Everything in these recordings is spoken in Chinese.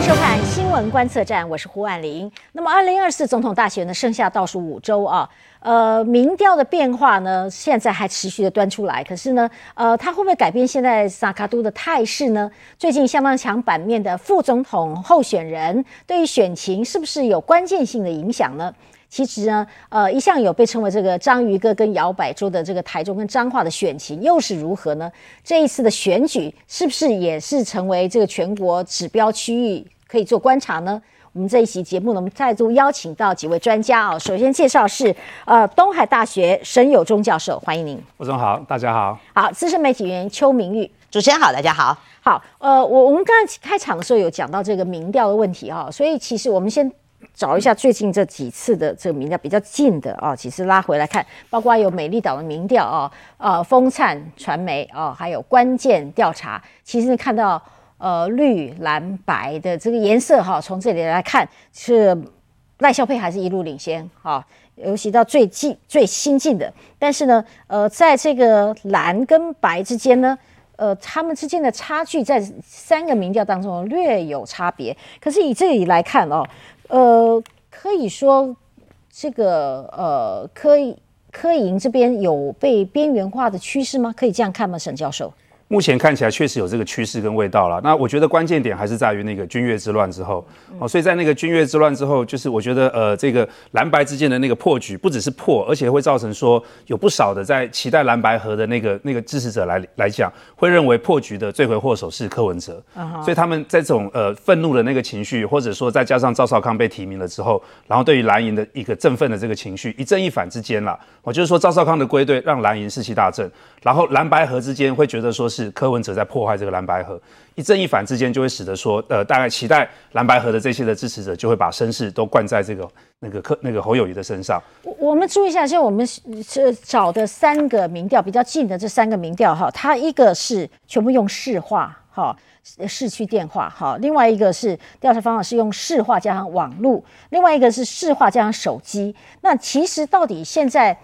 收看新闻观测站，我是胡婉玲。那么，2024总统大选呢，剩下倒数5周啊。民调的变化呢，现在还持续的端出来。可是呢，它会不会改变现在萨卡都的态势呢？最近相当强版面的副总统候选人，对于选情是不是有关键性的影响呢？其实呢，一向有被称为这个章鱼哥跟摇摆州的这个台中跟彰化的选情又是如何呢？这一次的选举是不是也是成为这个全国指标区域可以做观察呢？我们这一期节目呢，我们再度邀请到几位专家啊。首先介绍是东海大学沈友忠教授，欢迎您。 副总好，大家好。 好，资深媒体人邱明玉， 主持人好，大家好。 好，我们刚才开场的时候有讲到这个民调的问题啊，所以其实我们先找一下最近这几次的这个民调比较近的啊，其实拉回来看，包括有美丽岛的民调啊，风灿传媒啊，还有关键调查，其实你看到绿蓝白的这个颜色哈，从这里来看是赖萧配还是一路领先哈，尤其到最新进的，但是呢，在这个蓝跟白之间呢。他们之间的差距在3个民调当中略有差别，可是以这里来看可以说这个柯营这边有被边缘化的趋势吗？可以这样看吗，沈教授？ 目前看起来确实有这个趋势跟味道了。那我觉得关键点还是在于那个军乐之乱之后，所以在那个军乐之乱之后，就是我觉得这个蓝白之间的那个破局，不只是破，而且会造成说有不少的在期待蓝白合的那个支持者来讲，会认为破局的罪魁祸首是柯文哲，所以他们在这种愤怒的那个情绪，或者说再加上赵少康被提名了之后，然后对于蓝营的一个振奋的这个情绪，一正一反之间啦，我就是说赵少康的归队让蓝营士气大振，然后蓝白合之间会觉得说是柯文哲在破坏这个蓝白合，一正一反之间就会使得说，大概期待蓝白合的这些的支持者就会把声势都灌在这个那个侯友宜的身上。 我们注意一下，像我们找的3个民调比较近的这3个民调哈，它一个是全部用市话哈，市区电话哈，另外一个是调查方法是用市话加上网路，另外一个是市话加上手机。那其实到底现在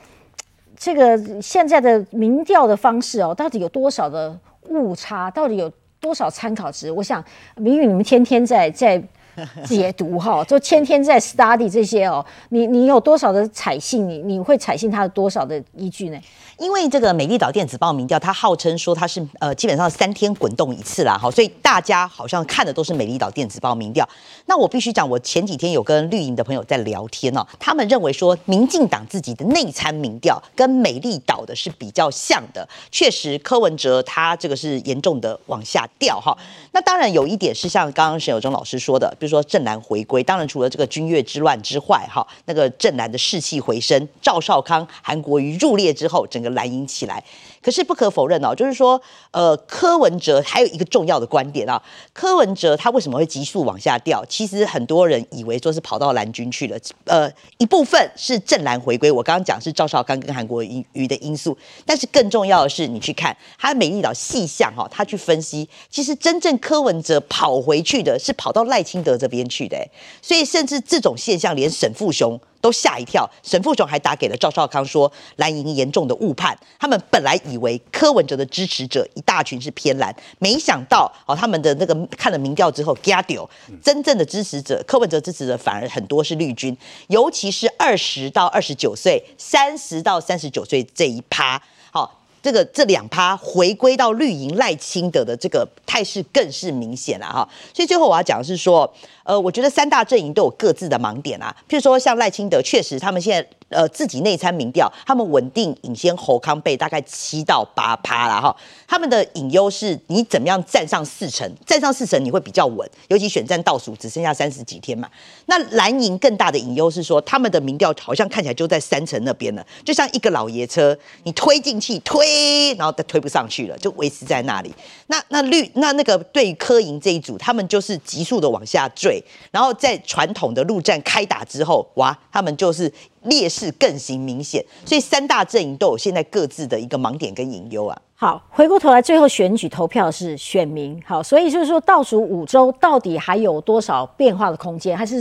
的民调的方式到底有多少的误差，到底有多少参考值？我想明宇你们天天在解读哈，就天天在 study 这些你有多少的采信？你会采信它的多少的依据呢？ 因为这个美丽岛电子报民调，它号称说它是基本上3天滚动一次啦，所以大家好像看的都是美丽岛电子报民调。那我必须讲，我前几天有跟绿营的朋友在聊天他们认为说民进党自己的内参民调跟美丽岛的是比较像的，确实柯文哲他这个是严重的往下掉哈。那当然有一点是像刚刚沈友忠老师说的，比如说正蓝回归，当然除了这个军乐之乱之外那个正蓝的士气回升，赵少康、韩国瑜入列之后，整个蓝营起来。可是不可否认就是说柯文哲还有一个重要的观点柯文哲他为什么会急速往下掉？其实很多人以为说是跑到蓝军去了，一部分是正蓝回归，我刚刚讲是赵少康跟韩国瑜的因素，但是更重要的是你去看他美丽岛细项他去分析，其实真正柯文哲跑回去的是跑到赖清德这边去的所以甚至这种现象连沈富雄都吓一跳，沈富雄还打给了赵少康说蓝营严重的误判，他们本来以为柯文哲的支持者一大群是偏蓝，没想到他们的那个看了民调之后加丢，真正的支持者柯文哲支持者反而很多是绿军，尤其是20到29岁、30到39岁这一趴，这2趴回归到绿营赖清德的这个态势更是明显了所以最后我要讲的是说，我觉得3大阵营都有各自的盲点譬如说像赖清德，确实他们现在自己内参民调，他们稳定领先侯康配大概7到8%啦他们的隐忧是你怎么样站上40%，站上40%你会比较稳，尤其选战倒数只剩下30几天嘛。那蓝营更大的隐忧是说，他们的民调好像看起来就在3%那边了，就像一个老爷车，你推进去推，然后推不上去了，就维持在那里。那个对于柯营这一组，他们就是急速的往下坠，然后在传统的陆战开打之后，哇，他们就是劣势更形明显，所以3大阵营都有现在各自的一个盲点跟隐忧好，回过头来，最后选举投票是选民，好，所以就是说倒数5周到底还有多少变化的空间，还是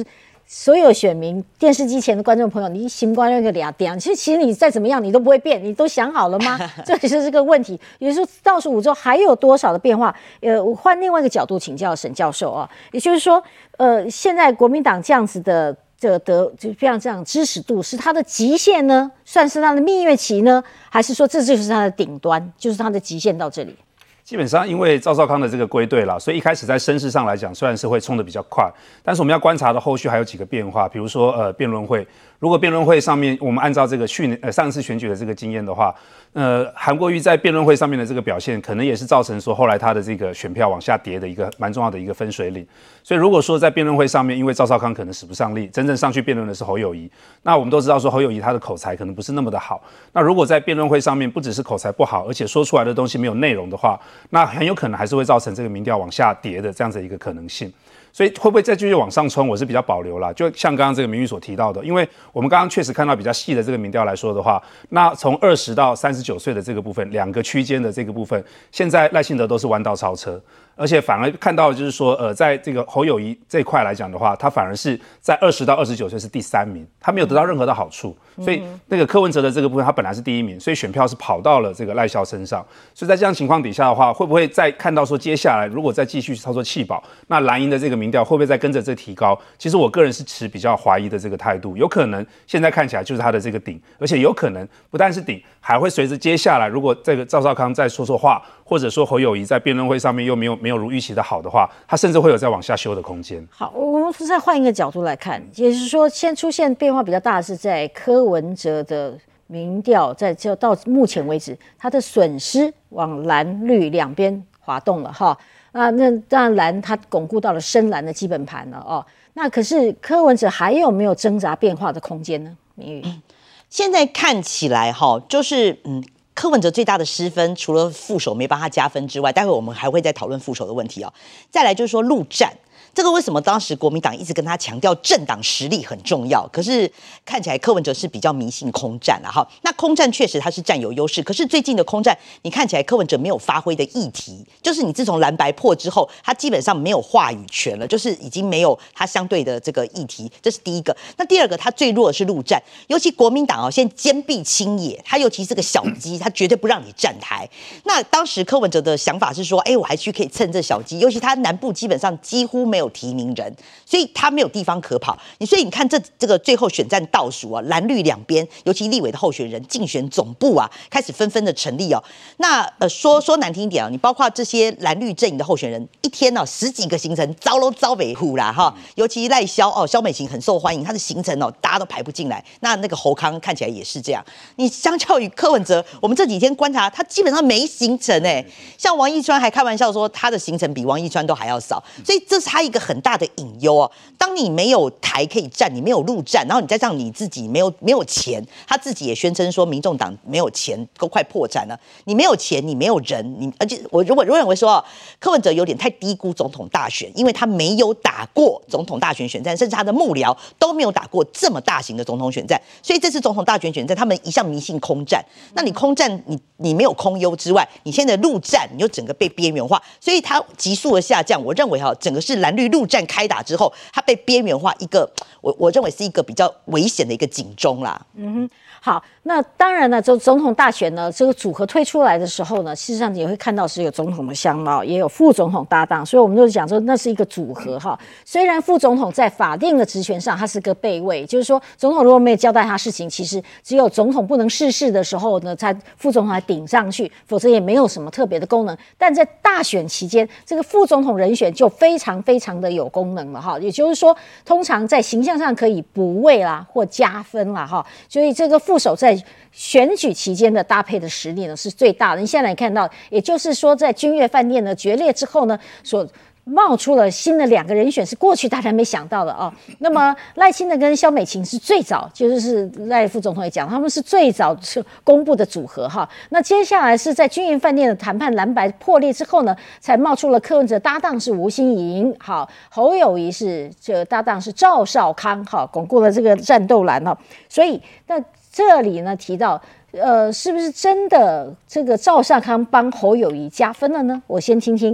所有选民、电视机前的观众朋友，你心关那个俩点，其实你再怎么样，你都不会变，你都想好了吗？这就是这个问题。也就是说，倒数5周还有多少的变化？我换另外一个角度请教沈教授啊，也就是说，现在国民党这样子的就非常这样支持度，是它的极限呢？算是它的蜜月期呢？还是说这就是它的顶端，就是它的极限到这里？ 基本上，因为赵少康的这个归队了，所以一开始在声势上来讲，虽然是会冲得比较快，但是我们要观察的后续还有几个变化，比如说辩论会。如果辩论会上面，我们按照这个上次选举的这个经验的话，韩国瑜在辩论会上面的这个表现，可能也是造成说后来他的这个选票往下跌的一个蛮重要的一个分水岭。所以如果说在辩论会上面，因为赵少康可能使不上力，真正上去辩论的是侯友宜，那我们都知道说侯友宜他的口才可能不是那么的好。那如果在辩论会上面不只是口才不好，而且说出来的东西没有内容的话，那很有可能还是会造成这个民调往下跌的这样子一个可能性。所以会不会再继续往上冲？我是比较保留啦。就像刚刚这个明玉所提到的，因为我们刚刚确实看到比较细的这个民调来说的话，那从20到39岁的这个部分，2个区间的这个部分，现在赖清德都是弯道超车，而且反而看到就是说，在这个侯友宜这一块来讲的话，他反而是在20到29岁是第3名，他没有得到任何的好处。所以那个柯文哲的这个部分，他本来是第1名，所以选票是跑到了这个赖萧身上。所以在这样情况底下的话，会不会再看到说接下来如果再继续操作弃保，那蓝营的这个民调会不会再跟着这提高？其实我个人是持比较怀疑的这个态度，有可能现在看起来就是他的这个顶，而且有可能不但是顶，还会随着接下来如果这个赵少康再说话，或者说侯友宜在辩论会上面又没有如预期的好的话，他甚至会有再往下修的空间。 好，我们再换一个角度来看，也就是说，先出现变化比较大的是在柯文哲的民调，就到目前为止，他的损失往蓝绿两边滑动了哈。那当然蓝它巩固到了深蓝的基本盘了哦。那可是柯文哲还有没有挣扎变化的空间呢？明玉， 现在看起来哈，就是柯文哲最大的失分，除了副手没帮他加分之外，待会我们还会再讨论副手的问题哦。再来就是说陆战。这个为什么当时国民党一直跟他强调政党实力很重要？可是看起来柯文哲是比较迷信空战了哈。那空战确实他是占有优势，可是最近的空战，你看起来柯文哲没有发挥的议题，就是你自从蓝白破之后，他基本上没有话语权了，就是已经没有他相对的这个议题，这是第一个。那第二个，他最弱的是陆战，尤其国民党现在坚壁清野，他尤其是个小鸡，他绝对不让你站台。那当时柯文哲的想法是说，我还去可以蹭这小鸡，尤其他南部基本上几乎没有提名人，所以他没有地方可跑。所以你看这个最后选战倒数啊，蓝绿两边，尤其立委的候选人竞选总部啊，开始纷纷的成立哦。那说难听一点啊，你包括这些蓝绿阵营的候选人，一天呢10几个行程，招北户啦哈。尤其赖萧萧美琴很受欢迎，她的行程大家都排不进来。那个侯康看起来也是这样。你相较于柯文哲，我们这几天观察，他基本上没行程像王义川还开玩笑说，他的行程比王义川都还要少，所以这是他一个很大的隐忧哦。当你没有台可以站，你没有路站，然后你再让你自己没有钱，他自己也宣称说，民众党没有钱，都快破产了。你没有钱，你没有人，而且我认为说，柯文哲有点太低估总统大选，因为他没有打过总统大选选战，甚至他的幕僚都没有打过这么大型的总统选战，所以这次总统大选选战，他们一向迷信空战。那你空战，你没有空优之外，你现在陆战，你就整个被边缘化，所以它急速的下降。我认为整个是蓝绿陆战开打之后，它被边缘化，一个我认为是一个比较危险的一个警钟啦。 好，那当然呢，就总统大选呢，这个组合推出来的时候呢，事实上也会看到是有总统的相貌，也有副总统搭档，所以我们就讲说那是一个组合哈。虽然副总统在法定的职权上他是个备位，就是说总统如果没有交代他事情，其实只有总统不能逝世的时候呢，才副总统来顶上去，否则也没有什么特别的功能。但在大选期间，这个副总统人选就非常非常的有功能了哈。也就是说，通常在形象上可以补位啦或加分啦哈，所以这个副手在选举期间的搭配的实力呢是最大的。你现在看到，也就是说，在君悦饭店的决裂之后呢，所冒出了新的2个人选，是过去大家没想到的哦。那么赖清德跟萧美琴是最早，就是赖副总统也讲，他们是最早公布的组合哈。那接下来是在君悦饭店的谈判蓝白破裂之后呢，才冒出了柯文哲搭档是吴欣盈，好，侯友宜是这个搭档是赵少康，好，巩固了这个战斗蓝哈。所以那这里呢提到，是不是真的这个赵少康帮侯友宜加分了呢？我先听听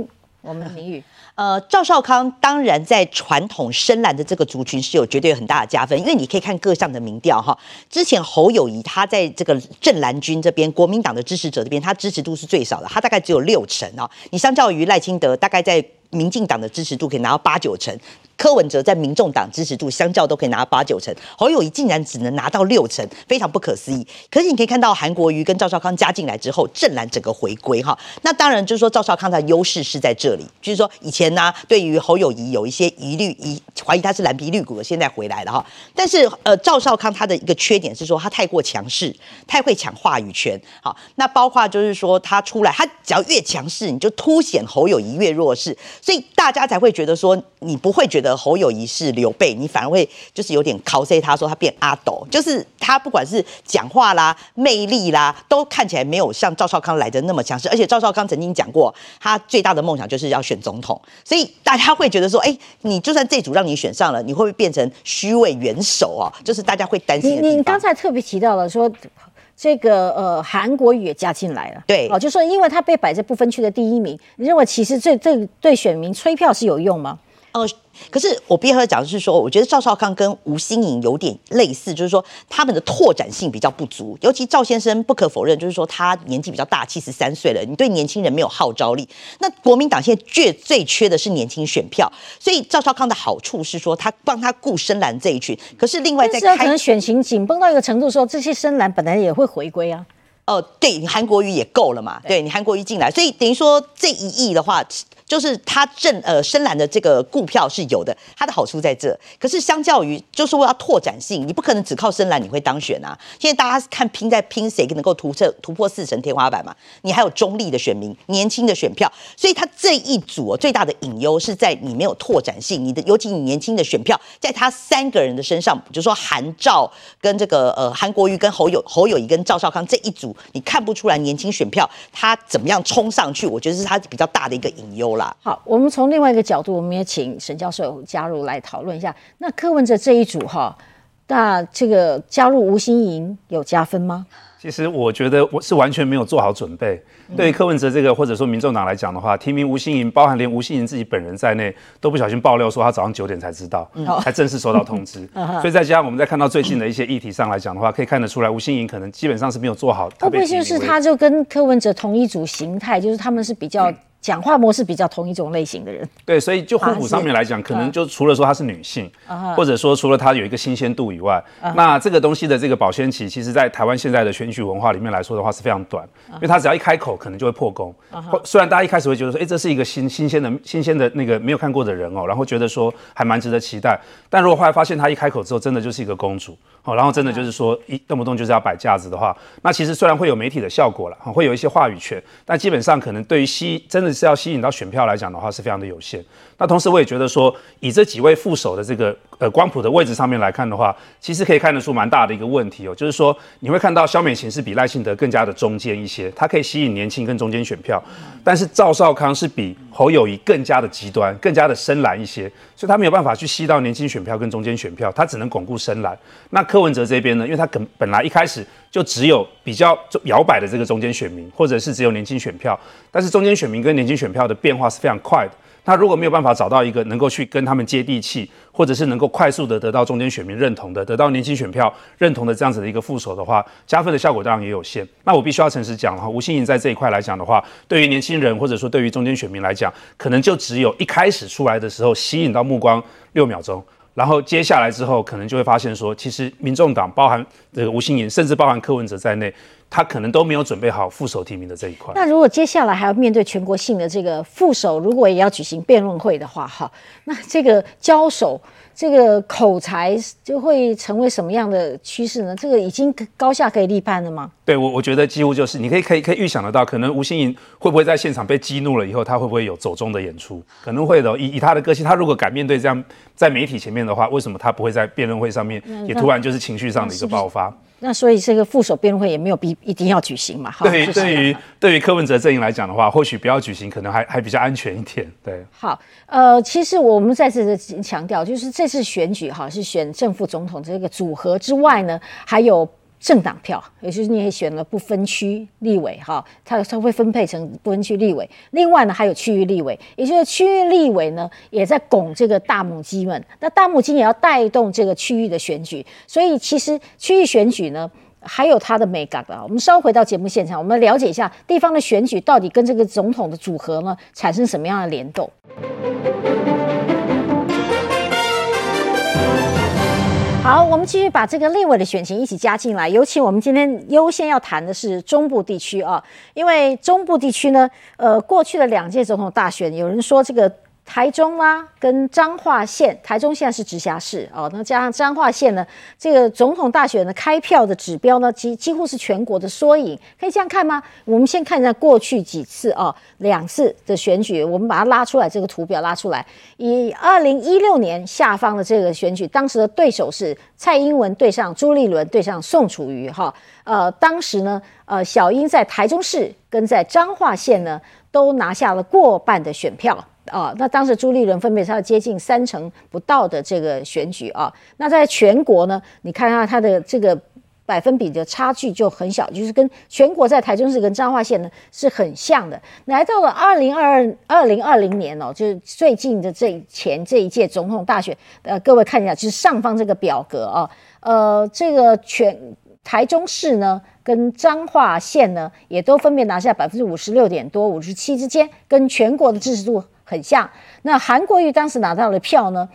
我们的名誉。 赵少康当然在传统深蓝的这个族群是有绝对很大的加分，因为你可以看各项的民调哈。之前侯友宜他在这个正蓝军这边，国民党的支持者这边，他支持度是最少的，他大概只有60%哦。你相较于赖清德，大概在民进党的支持度可以拿到8、9成。柯文哲在民众党支持度相较都可以拿到8、9成，侯友宜竟然只能拿到6成，非常不可思议。可是你可以看到韩国瑜跟赵少康加进来之后，正蓝整个回归哈。那当然就是说赵少康的优势是在这里，就是说以前呢对于侯友宜有一些疑虑，怀疑他是蓝皮绿骨的，现在回来了哈。但是赵少康他的一个缺点是说他太过强势，太会抢话语权。好，那包括就是说他出来，他只要越强势，你就凸显侯友宜越弱势，所以大家才会觉得说你不会觉得侯友宜是刘备，你反而会就是有点 cos 他说他变阿斗，就是他不管是讲话啦、魅力啦，都看起来没有像赵少康来的那么强势。而且赵少康曾经讲过，他最大的梦想就是要选总统，所以大家会觉得说，你就算这组让你选上了，你会不会变成虚位元首啊？就是大家会担心的地方。 你刚才特别提到了说。这个韩国瑜也加进来了， 对， 就说因为他被摆在不分区的第1名，你认为其实这对选民催票是有用吗？ 可是我必须要讲的是说，我觉得赵少康跟吴欣颖有点类似，就是说他们的拓展性比较不足。尤其赵先生不可否认，就是说他年纪比较大，73岁了，你对年轻人没有号召力。那国民党现在最缺的是年轻选票，所以赵少康的好处是说他帮他顾深蓝这一群。可是另外在可能选情紧绷到一个程度的时候，这些深蓝本来也会回归啊。 对，你韩国瑜也够了嘛？对你韩国瑜进来，所以等于说这1亿的话。就是他深蓝的这个顾票是有的，它的好处在这。可是相较于，就是说要拓展性，你不可能只靠深蓝你会当选啊。现在大家看拼谁能够突破4成天花板嘛？你还有中立的选民、年轻的选票，所以他这一组最大的隐忧是在你没有拓展性，尤其你年轻的选票，在他3个人的身上，就说韩赵跟这个韩国瑜跟侯友宜跟赵少康这一组，你看不出来年轻选票他怎么样冲上去，我觉得是他比较大的一个隐忧。 好，我们从另外一个角度，我们也请沈教授加入来讨论一下。那柯文哲这一组那这个加入吴欣盈有加分吗？ 其实我觉得我是完全没有做好准备。对于柯文哲这个或者说民众党来讲的话，提名吴欣盈，包含连吴欣盈自己本人在内，都不小心爆料说他早上9点才知道，才正式收到通知。所以再加上我们在看到最近的一些议题上来讲的话，可以看得出来吴欣盈可能基本上是没有做好。 会不会就是他就跟柯文哲同一组形态，就是他们是比较讲话模式比较同一种类型的人？ 对，所以就互补上面来讲，可能就除了说她是女性，或者说除了她有一个新鲜度以外，那这个东西的这个保鲜期，其实在台湾现在的选举文化里面来说的话是非常短，因为她只要一开口，可能就会破功。虽然大家一开始会觉得说，这是一个新鲜的那个没有看过的人哦，然后觉得说还蛮值得期待，但如果后来发现她一开口之后，真的就是一个公主，然后真的就是说动不动就是要摆架子的话，那其实虽然会有媒体的效果了，会有一些话语权，但基本上可能对于真的是要吸引到选票来讲的话，是非常的有限。那同时我也觉得说，以这几位副手的这个光谱的位置上面来看的话，其实可以看得出蛮大的一个问题哦，就是说你会看到萧美琴是比赖清德更加的中间一些，她可以吸引年轻跟中间选票，但是赵少康是比侯友宜更加的极端，更加的深蓝一些，所以他没有办法去吸到年轻选票跟中间选票，他只能巩固深蓝。那柯文哲这边呢，因为他本来一开始就只有比较摇摆的这个中间选民，或者是只有年轻选票，但是中间选民跟年轻选票的变化是非常快的。他如果没有办法找到一个能够去跟他们接地气，或者是能够快速的得到中间选民认同的，得到年轻选票认同的这样子的一个副手的话，加分的效果当然也有限。那我必须要诚实讲，吴欣盈在这一块来讲的话，对于年轻人或者说对于中间选民来讲，可能就只有一开始出来的时候吸引到目光6秒钟。然后接下来之后，可能就会发现说，其实民众党包含这个吴欣盈，甚至包含柯文哲在内，他可能都没有准备好副手提名的这一块。 那如果接下来还要面对全国性的这个副手，如果也要举行辩论会的话，那这个交手，这个口才就会成为什么样的趋势呢？这个已经高下可以立判了吗？ 对，我觉得几乎就是你可以预想得到，可能吴欣盈会不会在现场被激怒了以后，他会不会有走中的演出？可能会的。以他的个性，他如果敢面对这样在媒体前面的话，为什么他不会在辩论会上面也突然就是情绪上的一个爆发？ 那所以这个副手辩论会也没有一定要举行嘛？ 对于柯文哲阵营来讲的话，或许不要举行，可能还比较安全一点。对， 好，其实我们再次的强调，就是这次选举是选正副总统这个组合之外呢，还有政党票，也就是你也选了不分区立委哈，它会分配成不分区立委。另外呢，还有区域立委，也就是区域立委呢也在拱这个大母鸡们，那大母鸡也要带动这个区域的选举，所以其实区域选举呢还有它的美感的。我们稍回到节目现场，我们了解一下地方的选举到底跟这个总统的组合呢产生什么样的联动。好，我们继续把这个立委的选情一起加进来。尤其我们今天优先要谈的是中部地区啊，因为中部地区呢，过去的2届总统大选，有人说这个台中啦跟彰化县，台中现在是直辖市哦，那加上彰化县呢，这个总统大选的开票的指标呢，几乎是全国的缩影，可以这样看吗？我们先看一下过去几次啊，2次的选举，我们把它拉出来，这个图表拉出来。以2016年下方的这个选举，当时的对手是蔡英文对上朱立伦对上宋楚瑜哈，当时呢，小英在台中市跟在彰化县呢都拿下了过半的选票。那当时朱立伦分别是要接近30%不到的这个选举啊，那在全国呢，你看看它的这个百分比的差距就很小，就是跟全国在台中市跟彰化县呢是很像的。来到了2020年哦，就是最近的这一届总统大选，各位看一下，就是上方这个表格啊，这个台中市呢跟彰化县呢也都分别拿下56%点多57%之间，跟全国的支持度很像。那韩国瑜当时拿到的票呢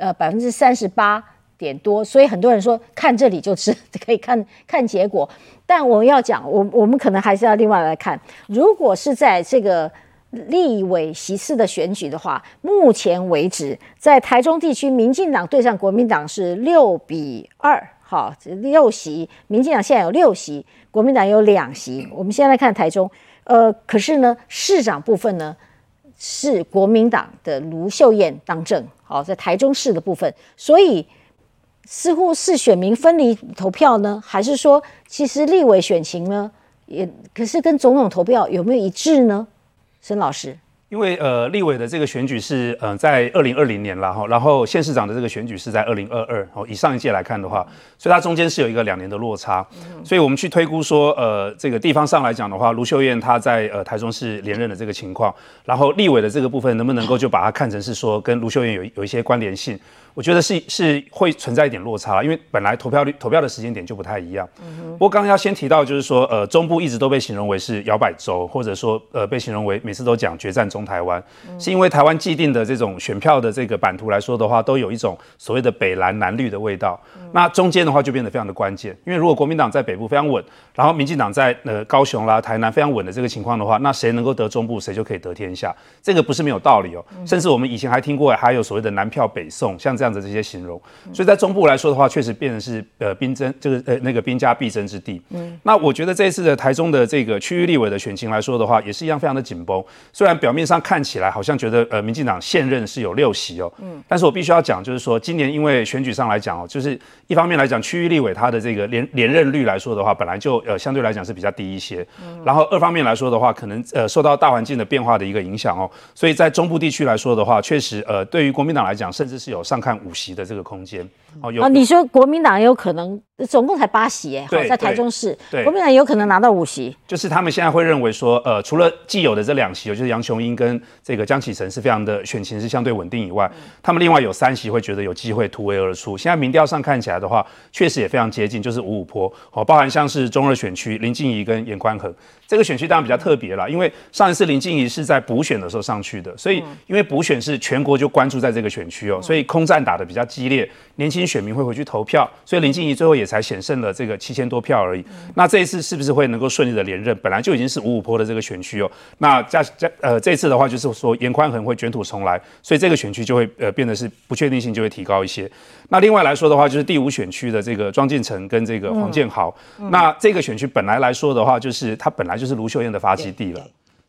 ，38%点多，所以很多人说看这里就可以看结果。但我要讲，我们可能还是要另外来看，如果是在这个立委席次的选举的话，目前为止在台中地区，民进党对上国民党是6-2，好，6席，民进党现在有6席，国民党有2席。我们先来看台中，可是呢，市长部分呢是国民党的卢秀燕当政，好，在台中市的部分，所以似乎是选民分离投票呢，还是说其实立委选情呢，可是跟总统投票有没有一致呢？沈老师。 因为立委的这个选举是在2020年啦，然后县市长的这个选举是在2022，以上一届来看的话，所以它中间是有一个2年的落差，所以我们去推估说，这个地方上来讲的话，卢秀燕她在台中市连任的这个情况，然后立委的这个部分能不能够就把它看成是说跟卢秀燕有一些关联性？我觉得是会存在一点落差，因为本来投票的时间点就不太一样。不过刚刚要先提到就是说，中部一直都被形容为是摇摆州，或者说被形容为每次都讲决战中台湾，是因为台湾既定的这种选票的这个版图来说的话，都有一种所谓的北蓝南绿的味道。那中间的话就变得非常的关键，因为如果国民党在北部非常稳，然后民进党在高雄啦、台南非常稳的这个情况的话，那谁能够得中部，谁就可以得天下。这个不是没有道理哦，甚至我们以前还听过还有所谓的南票北送，像这样的这些形容。所以在中部来说的话，确实变成是兵争这个那个兵家必争之地。那我觉得这一次的台中的这个区域立委的选情来说的话，也是一样非常的紧绷。虽然表面上看起来好像觉得民进党现任是有6席哦，但是我必须要讲，就是说今年因为选举上来讲哦，就是一方面来讲区域立委它的这个连任率来说的话，本来就相对来讲是比较低一些。然后二方面来说的话，可能受到大环境的变化的一个影响哦，所以在中部地区来说的话，确实对于国民党来讲，甚至是有上看5席的这个空间。 你说国民党有可能总共才8席好，在台中市，国民党有可能拿到5席， 就是他们现在会认为说，除了既有的这2席，就是杨琼英跟这个江启臣是非常的选情是相对稳定以外，他们另外有3席会觉得有机会突围而出。现在民调上看起来的话，确实也非常接近，就是5-5坡，包含像是中二选区林静怡跟严宽恒。这个选区当然比较特别啦，因为上一次林静怡是在补选的时候上去的，所以因为补选是全国就关注在这个选区所以空战打得比较激烈，年轻选民会回去投票，所以林静怡最后也才险胜了这个7000多票而已。那这一次是不是会能够顺利的连任？本来就已经是5-5坡的这个选区那这一次的话就是说严宽恒会卷土重来，所以这个选区就会变得是不确定性就会提高一些。那另外来说的话，就是第5选区的这个庄敬诚跟这个黄建豪，那这个选区本来来说的话，就是它本来就是卢秀燕的发基地了。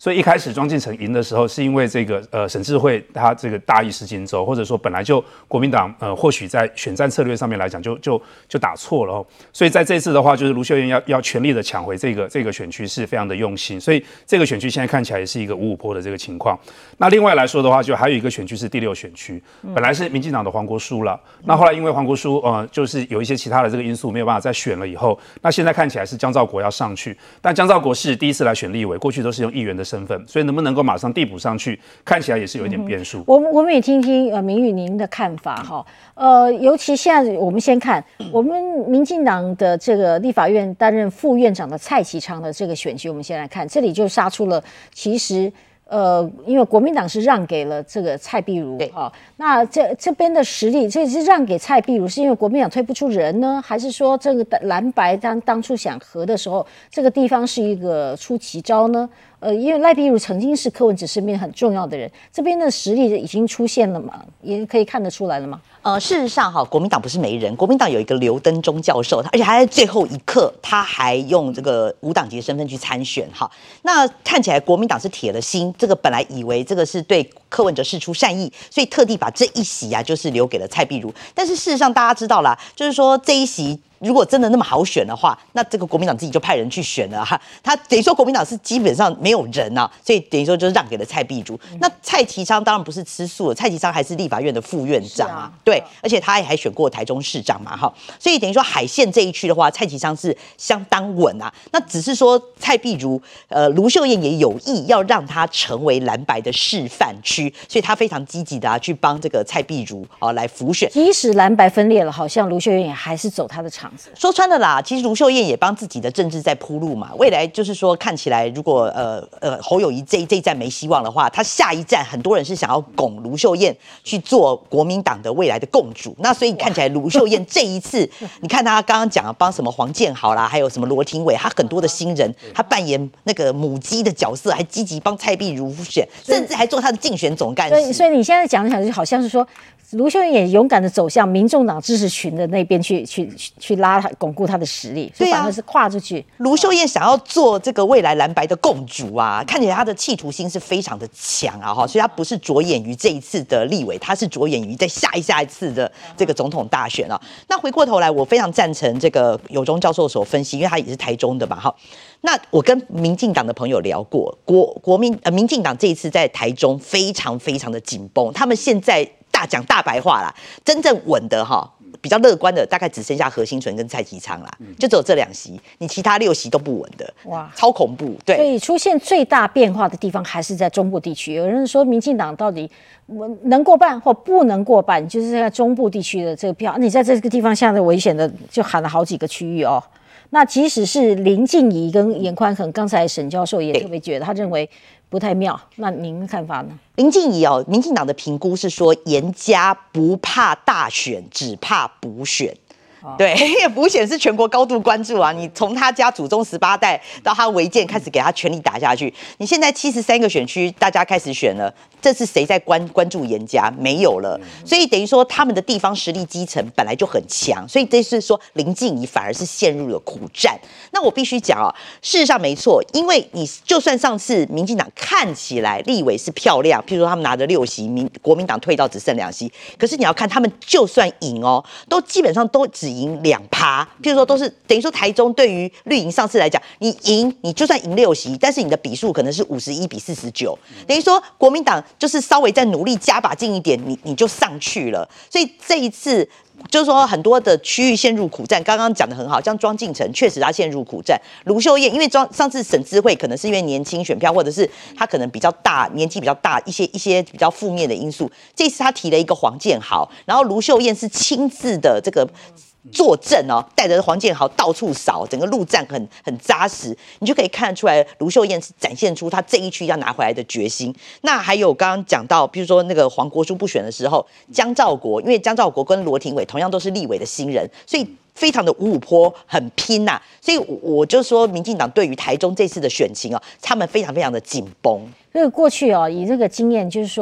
所以一开始庄敬诚赢的时候，是因为这个沈智慧他这个大意失荆州，或者说本来就国民党或许在选战策略上面来讲就打错了哦。所以在这次的话，就是卢秀燕要全力的抢回这个选区是非常的用心，所以这个选区现在看起来也是一个五五波的这个情况。那另外来说的话，就还有一个选区是第6选区，本来是民进党的黄国书了，那后来因为黄国书就是有一些其他的这个因素没有办法再选了以后，那现在看起来是江兆国要上去，但江兆国是第一次来选立委，过去都是用议员的身份，所以能不能够马上递补上去，看起来也是有一点变数。 我们也听听明玉您的看法哈。尤其现在我们先看我们民进党的这个立法院担任副院长的蔡其昌的这个选区，我们先来看，这里就杀出了其实。因为国民党是让给了这个蔡壁如，那这边的实力，这是让给蔡壁如，是因为国民党推不出人呢，还是说这个蓝白当初想合的时候，这个地方是一个出奇招呢？因为赖壁如曾经是柯文哲身边很重要的人，这边的实力已经出现了嘛，也可以看得出来了吗？ 事实上国民党不是没人，国民党有一个刘登忠教授，而且还在最后一刻，他还用这个无党籍的身份去参选那看起来国民党是铁了心，这个本来以为这个是对柯文哲释出善意，所以特地把这一席就是留给了蔡壁如。但是事实上大家知道啦，就是说这一席如果真的那么好选的话，那这个国民党自己就派人去选了他等于说国民党是基本上没有人所以等于说就让给了蔡壁如。那蔡其昌当然不是吃素了，蔡其昌还是立法院的副院长对，而且他也还选过台中市长嘛所以等于说海线这一区的话，蔡其昌是相当稳那只是说蔡壁如卢秀燕也有意要让他成为蓝白的示范区，所以他非常积极的去帮这个蔡壁如来辅选。 即使蓝白分裂了，好像卢秀燕也还是走他的场。 说穿了啦，其实卢秀燕也帮自己的政治在铺路嘛。未来就是说，看起来如果侯友宜这一站没希望的话，他下一站很多人是想要拱卢秀燕去做国民党的未来的共主。那所以看起来卢秀燕这一次，你看他刚刚讲帮什么黄建豪啦，还有什么罗廷伟，他很多的新人，他扮演那个母鸡的角色，还积极帮蔡壁如选，甚至还做他的竞选总干事。 所以你现在讲就好像是说。卢秀燕也勇敢的走向民众党支持群的那边去拉他巩固他的实力，所以反而是跨出去。 卢秀燕想要做这个未来蓝白的共主看起来他的企图心是非常的强所以他不是着眼于这一次的立委，他是着眼于在下一次的这个总统大选那回过头来，我非常赞成这个友忠教授所分析，因为他也是台中的嘛那我跟民进党的朋友聊过，民进党这一次在台中非常非常的紧绷，他们现在讲大白话啦，真正稳的比较乐观的大概只剩下何欣纯跟蔡其昌啦，就只有这2席，你其他6席都不稳的，哇，超恐怖。对， 所以出现最大变化的地方还是在中部地区。有人说民进党到底能过半或不能过半，就是在中部地区的这个票，你在这个地方现在危险的就喊了好几个区域那即使是林静怡跟严宽恒，刚才沈教授也特别觉得，他认为不太妙。那您的看法呢？ 林静怡民进党的评估是说，严家不怕大选，只怕补选。对，补选是全国高度关注你从他家祖宗18代到他违建开始给他全力打下去，你现在73个选区大家开始选了，这是谁在关注严家？没有了，所以等于说他们的地方实力基层本来就很强，所以这是说林静怡反而是陷入了苦战。那我必须讲事实上没错，因为你就算上次民进党看起来立委是漂亮，譬如说他们拿着6席，国民党退到只剩2席，可是你要看他们就算赢都基本上都只赢2%，譬如说都是等于说台中对于绿营上次来讲，你就算赢6席，但是你的比数可能是51比49，等于说国民党就是稍微再努力加把劲一点，你就上去了。所以这一次就是说很多的区域陷入苦战，刚刚讲的很好，像庄敬诚确实他陷入苦战，卢秀燕因为上次沈智慧可能是因为年轻选票，或者是他可能比较大年纪比较大一些比较负面的因素，这次他提了一个黄建豪，然后卢秀燕是亲自的这个坐镇带着黄建豪到处扫，整个陆战很扎实，你就可以看得出来卢秀燕是展现出她这一区要拿回来的决心。那还有刚刚讲到，比如说那个黄国书不选的时候，江兆国，因为江兆国跟罗廷伟同样都是立委的新人，所以非常的五五波，很拼所以我就说，民进党对于台中这次的选情他们非常非常的紧绷。 这个过去以这个经验，就是说，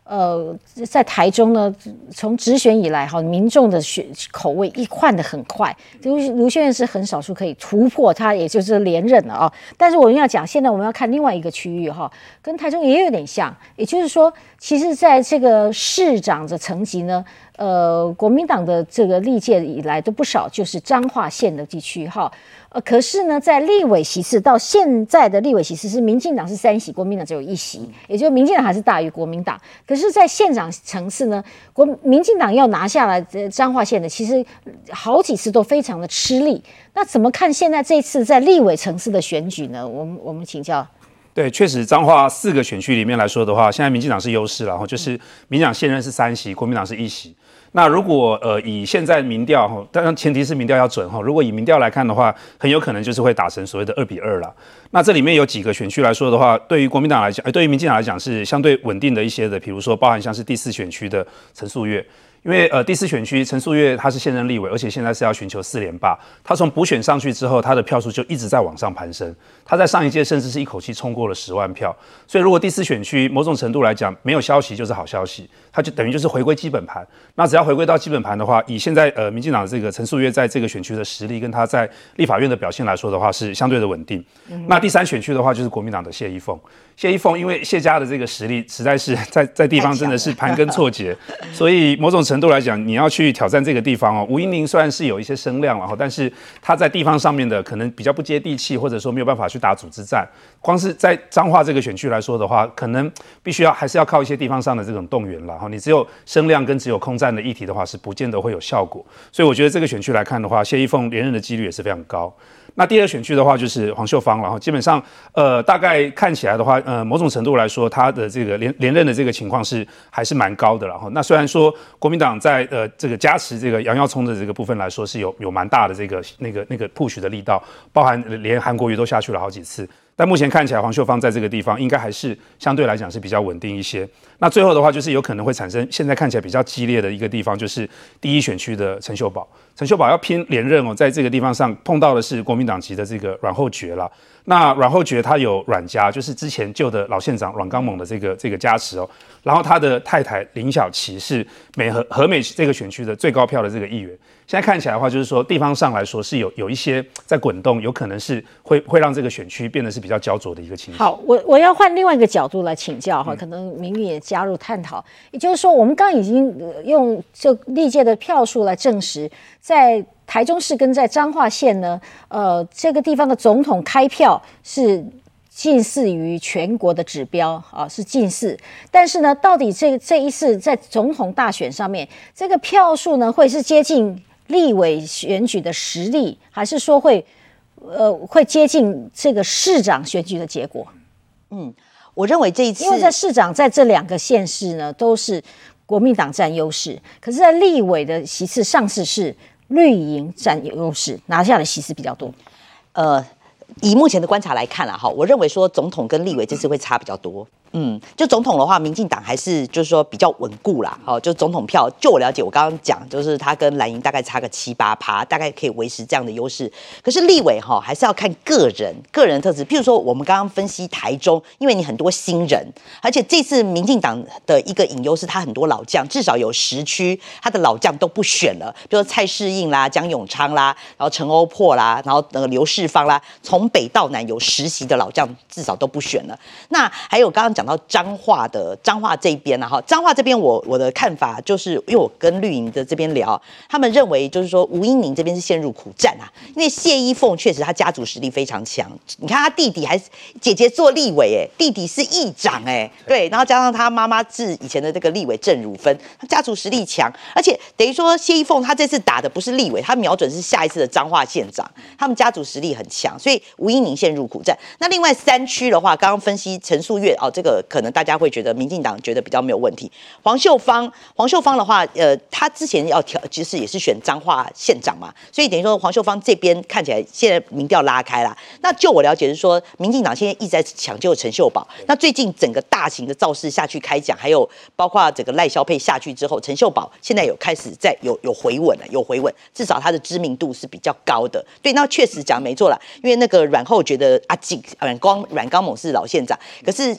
在台中呢，从直选以来，民众的口味换得很快。卢秀燕是很少数可以突破他，也就是连任了啊。但是我们要讲，现在我们要看另外一个区域跟台中也有点像，也就是说，其实在这个市长的层级呢，国民党的这个历届以来都不少，就是彰化县的地区可是呢，在立委席次到现在的立委席次是民进党是3席，国民党只有1席，也就是民进党还是大于国民党。可是，在县长层次呢，民进党要拿下来彰化县的，其实好几次都非常的吃力。那怎么看现在这次在立委层次的选举呢？我们请教。 对，确实彰化4个选区里面来说的话，现在民进党是优势了，然后就是民进党现任是3席，国民党是1席。那如果以现在民调当然前提是民调要准如果以民调来看的话，很有可能就是会打成所谓的2-2啦。那这里面有几个选区来说的话，对于国民党来讲，对于民进党来讲是相对稳定的一些的，比如说包含像是第4选区的陈素月。因为第4选区陈素月他是现任立委，而且现在是要寻求4连霸。他从补选上去之后，他的票数就一直在往上攀升。他在上一届甚至是一口气冲过了10万票。所以如果第4选区某种程度来讲没有消息就是好消息，他就等于就是回归基本盘。那只要回归到基本盘的话，以现在民进党的这个陈素月在这个选区的实力跟他在立法院的表现来说的话，是相对的稳定。那第3选区的话就是国民党的谢依凤。谢依凤因为谢家的这个实力实在是在地方真的是盘根错节，所以某种程度来讲，你要去挑战这个地方吴音宁虽然是有一些声量但是他在地方上面的可能比较不接地气，或者说没有办法去打组织战。光是在彰化这个选区来说的话，可能必须还是要靠一些地方上的这种动员啦。你只有声量跟只有空战的议题的话，是不见得会有效果。所以我觉得这个选区来看的话，谢依凤连任的几率也是非常高。那第2选区的话就是黄秀芳，然后基本上大概看起来的话，某种程度来说，他的这个连任的这个情况是还是蛮高的。然后那虽然说国民党在这个加持这个杨耀聪的这个部分来说是有蛮大的这个那个 push 的力道，包含连韩国瑜都下去了好几次。但目前看起来，黄秀芳在这个地方应该还是相对来讲是比较稳定一些。那最后的话，就是有可能会产生现在看起来比较激烈的一个地方，就是第1选区的陈秀宝。陈秀宝要拼连任在这个地方上碰到的是国民党籍的这个阮厚觉啦。那阮厚觉他有阮家，就是之前旧的老县长阮刚猛的这个加持然后他的太太林小琪是和美这个选区的最高票的这个议员。现在看起来的话，就是说地方上来说是有一些在滚动，有可能是会让这个选区变得是比较焦灼的一个情形。 好，我要换另外一个角度来请教可能明宇也加入探讨。也就是说，我们刚刚已经用这历届的票数来证实，在台中市跟在彰化县呢，这个地方的总统开票是近似于全国的指标是近似。但是呢，到底这一次在总统大选上面，这个票数呢会是接近立委选举的实力，还是说会接近这个市长选举的结果？ 我认为这一次， 因为在市长在这2个县市呢都是国民党占优势，可是在立委的席次上次是绿营占优势，拿下的席次比较多。 以目前的观察来看我认为说总统跟立委这次会差比较多。就总统的话，民进党还是就是说比较稳固啦。就总统票，就我了解，我刚刚讲就是他跟蓝营大概差个7-8%，大概可以维持这样的优势。可是立委还是要看个人特质。譬如说我们刚刚分析台中，因为你很多新人，而且这次民进党的一个隐忧是他很多老将，至少有10区他的老将都不选了，比如说蔡适应啦、江永昌啦，然后陈欧珀啦，然后刘世芳啦，从北到南有10席的老将至少都不选了。那还有刚刚讲到彰化这一边彰化这边我的看法就是，因为我跟绿营的这边聊，他们认为就是说吴音宁这边是陷入苦战因为谢依凤确实他家族实力非常强，你看他弟弟姐姐做立委弟弟是议长对，然后加上他妈妈是以前的这个立委郑汝芬，他家族实力强，而且等于说谢依凤他这次打的不是立委，他瞄准是下一次的彰化县长，他们家族实力很强，所以吴音宁陷入苦战。那另外3区的话，刚刚分析陈素月这个可能大家会觉得民进党觉得比较没有问题。黄秀芳的话，他之前其实也是选彰化县长嘛，所以等于说黄秀芳这边看起来现在民调拉开啦。那就我了解是说，民进党现在一直在抢救陈秀宝。那最近整个大型的造势下去开讲，还有包括整个赖萧配下去之后，陈秀宝现在有开始有回稳了，有回稳，至少他的知名度是比较高的。对，那确实讲没错啦，因为那个阮厚觉得阮刚猛是老县长，可是因为陈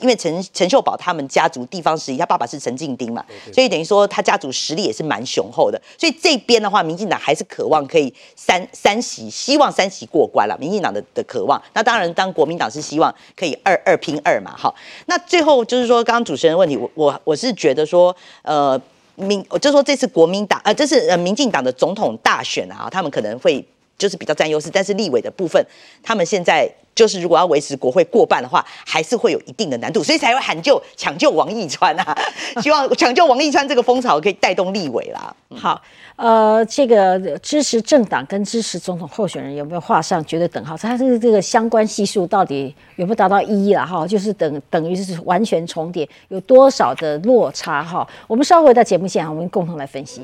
陈秀宝他们家族地方势力，他爸爸是陈敬丁嘛，所以等于说他家族实力也是蛮雄厚的。所以这边的话，民进党还是渴望可以三席，希望3席过关了。民进党的渴望，那当然，当国民党是希望可以二拼2嘛，好。那最后就是说，刚刚主持人的问题，我是觉得说，我就说这次国民党，这是民进党的总统大选啊，他们可能会就是比较占优势，但是立委的部分，他们现在就是如果要维持国会过半的话，还是会有一定的难度，所以才会抢救王义川啊，希望抢救王义川这个风潮可以带动立委啦。 好，这个支持政党跟支持总统候选人有没有画上绝对等号？它是这个相关系数到底有没有达到1啦？哈，就是等于是完全重叠，有多少的落差？哈，我们稍后回到节目现场，我们共同来分析。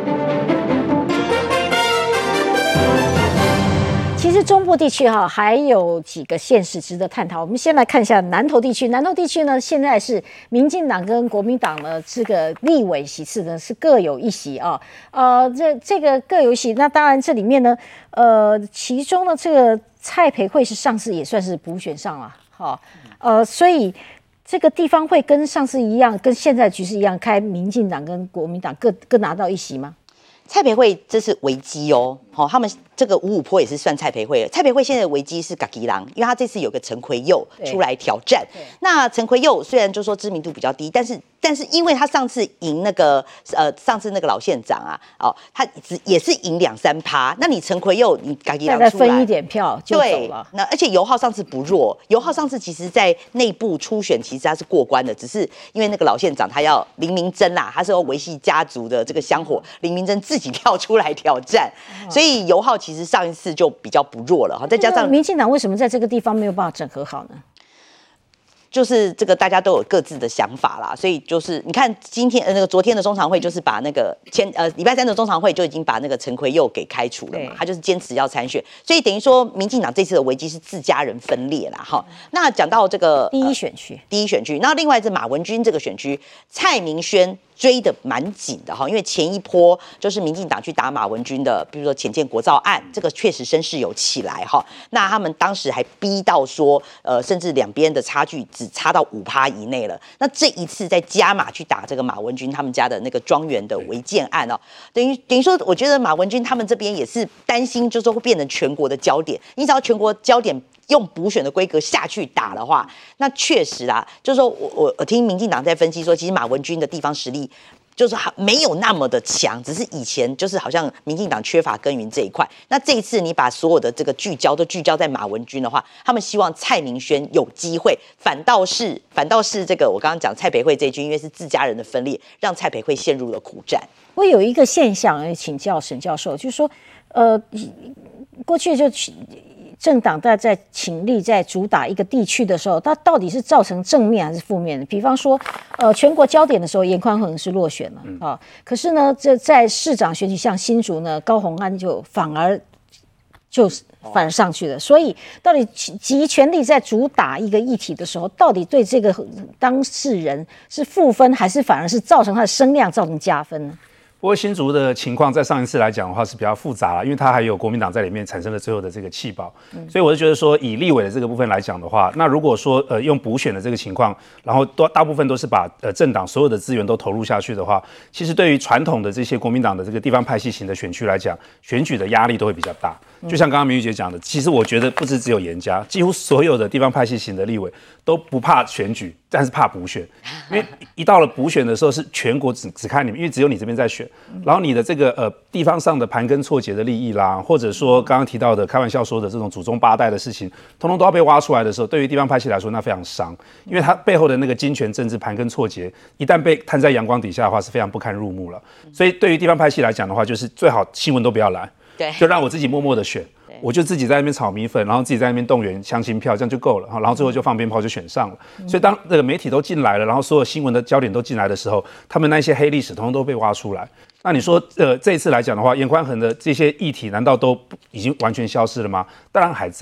其实中部地区还有几个县市值得探讨。我们先来看一下南投地区。南投地区呢，现在是民进党跟国民党呢这个立委席次呢是各有1席啊。这个各有1席，那当然这里面呢，其中呢这个蔡培慧是上次也算是补选上了，所以这个地方会跟上次一样，跟现在局势一样，开民进党跟国民党各拿到1席吗？ 蔡培慧这是危机哦，他们这个五五波也是算蔡培慧。蔡培慧现在的危机是嘎吉郎，因为他这次有个陈奎佑出来挑战。那陈奎佑虽然就说知名度比较低，但是因为他上次赢那个上次那个老县长啊，他也是赢2-3%。那你陈奎佑你嘎吉郎出来， 再分一点票就走了。 那而且游浩上次不弱，游浩上次其实在内部初选其实他是过关的，只是因为那个老县长他要林明珍啦，他是要维系家族的这个香火，林明珍自己跳出来挑战，所以游浩其实上一次就比较不弱了哈。再加上民进党为什么在这个地方没有办法整合好呢？ 就是这个大家都有各自的想法啦，所以就是你看今天那个昨天的中常会就是把那个礼拜3的中常会就已经把那个陈奎佑给开除了嘛，他就是坚持要参选，所以等于说民进党这次的危机是自家人分裂啦哈。那讲到这个第一选区， 那另外这马文君这个选区，蔡明轩追得蛮紧的哈，因为前一波就是民进党去打马文君的，比如说浅见国造案，这个确实声势有起来哈。那他们当时还逼到说，甚至两边的差距只差到5%以内了。那这一次再加码去打这个马文君他们家的那个庄园的违建案哦，等于说，我觉得马文君他们这边也是担心，就是说会变成全国的焦点。你只要全国焦点用补选的规格下去打的话，那确实啦，就是说我听民进党在分析说，其实马文君的地方实力就是没有那么的强，只是以前就是好像民进党缺乏耕耘这一块。那这一次你把所有的这个聚焦都聚焦在马文君的话，他们希望蔡明轩有机会，反倒是这个我刚刚讲蔡培慧这一句，因为是自家人的分裂，让蔡培慧陷入了苦战。 我有一个现象请教沈教授，就是说，过去就政党在倾力在主打一个地区的时候，它到底是造成正面还是负面的？比方说，全国焦点的时候，严宽恒是落选了可是呢，这在市长选举像新竹呢，高虹安就反而上去了。所以，到底集权力在主打一个议题的时候，到底对这个当事人是负分，还是反而是造成他的声量造成加分呢？ 不过新竹的情况在上一次来讲的话是比较复杂了，因为它还有国民党在里面产生了最后的这个弃保，所以我就觉得说以立委的这个部分来讲的话，那如果说用补选的这个情况，然后大部分都是把政党所有的资源都投入下去的话，其实对于传统的这些国民党的这个地方派系型的选区来讲，选举的压力都会比较大。就像刚刚明玉姐讲的，其实我觉得不只有严家，几乎所有的地方派系型的立委都不怕选举，但是怕补选，因为一到了补选的时候，是全国只看你们，因为只有你这边在选，然后你的这个地方上的盘根错节的利益啦，或者说刚刚提到的开玩笑说的这种祖宗8代的事情，通通都要被挖出来的时候，对于地方派系来说，那非常伤，因为它背后的那个金权政治盘根错节，一旦被摊在阳光底下的话，是非常不堪入目了。所以对于地方派系来讲的话，就是最好新闻都不要来。 对， 就让我自己默默的选，我就自己在那边炒米粉，然后自己在那边动员乡亲票，这样就够了，然后最后就放鞭炮就选上了。所以当那个媒体都进来了，然后所有新闻的焦点都进来的时候，他们那些黑历史通通都被挖出来。那你说，这一次来讲的话，严宽恒的这些议题难道都已经完全消失了吗？当然还在。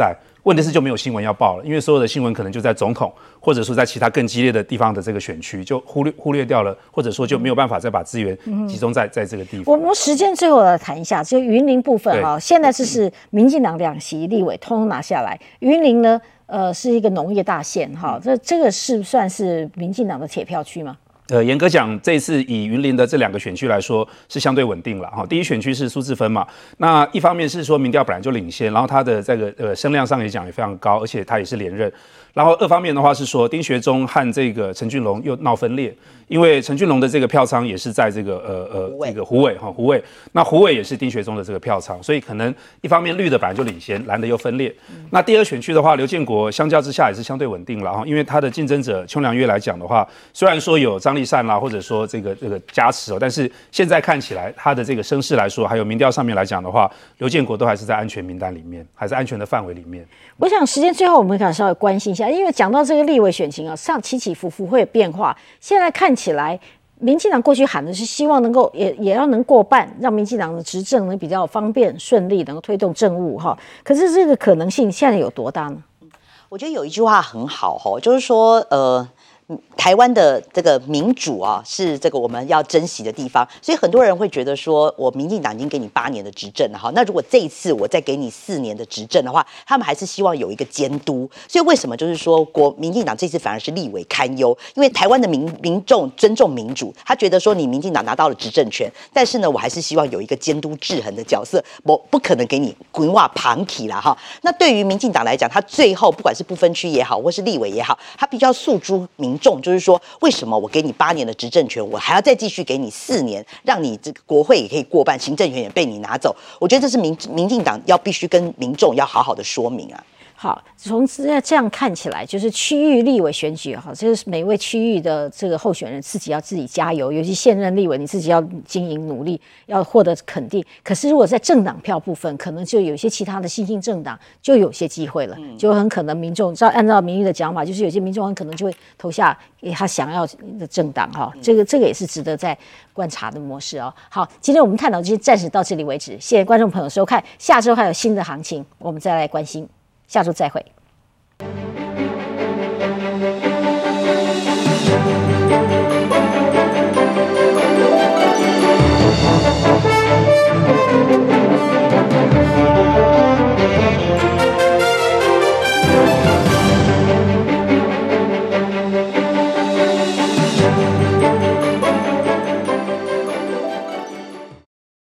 问题是就没有新闻要报了，因为所有的新闻可能就在总统，或者说在其他更激烈的地方的这个选区，就忽略掉了，或者说就没有办法再把资源集中在这个地方。 我们时间最后来谈一下，就云林部分哈，现在是民进党2席立委通通拿下来，云林呢，是一个农业大县哈，这个是算是民进党的铁票区吗？ 严格讲，这一次以云林的这2个选区来说是相对稳定了哈。第一选区是苏治芬嘛，那一方面是说民调本来就领先，然后他的这个声量上也讲也非常高，而且他也是连任。然后2方面的话是说丁学忠和这个陈俊龙又闹分裂，因为陈俊龙的这个票仓也是在这个这个虎尾哈虎尾，那虎尾也是丁学忠的这个票仓，所以可能一方面绿的本来就领先，蓝的又分裂。那第2选区的话，刘建国相较之下也是相对稳定了哈，因为他的竞争者邱良月来讲的话，虽然说有张立善啦，或者说这个加持哦，但是现在看起来他的这个声势来说，还有民调上面来讲的话，刘建国都还是在安全名单里面，还是安全的范围里面。 我想时间最后我们想稍微关心一下，因为讲到这个立委选情啊，起起伏伏会有变化。现在看起来，民进党过去喊的是希望能够也要能过半，让民进党的执政能比较方便顺利，能够推动政务哈。可是这个可能性现在有多大呢？ 我觉得有一句话很好哈，就是说台湾的这个民主啊，是这个我们要珍惜的地方，所以很多人会觉得说，我民进党已经给你8年的执政了哈，那如果这一次我再给你4年的执政的话，他们还是希望有一个监督。所以为什么就是说民进党这次反而是立委堪忧？因为台湾的民众尊重民主，他觉得说你民进党拿到了执政权，但是呢，我还是希望有一个监督制衡的角色，我不可能给你滚瓦旁体啦哈。那对于民进党来讲，他最后不管是不分区也好，或是立委也好，他必须要诉诸民众，就是说，为什么我给你8年的执政权，我还要再继续给你4年，让你这个国会也可以过半，行政权也被你拿走？我觉得这是民进党要必须跟民众要好好的说明啊。 好，从这样看起来，就是区域立委选举哈，这是每位区域的这个候选人自己要自己加油，尤其现任立委你自己要经营努力，要获得肯定。可是如果在政党票部分，可能就有一些其他的新兴政党就有些机会了，就很可能民众按照民意的讲法，就是有些民众很可能就会投下他想要的政党哈，这个也是值得在观察的模式哦。好，今天我们探讨就暂时到这里为止，谢谢观众朋友收看，下周还有新的行情，我们再来关心。下周再会。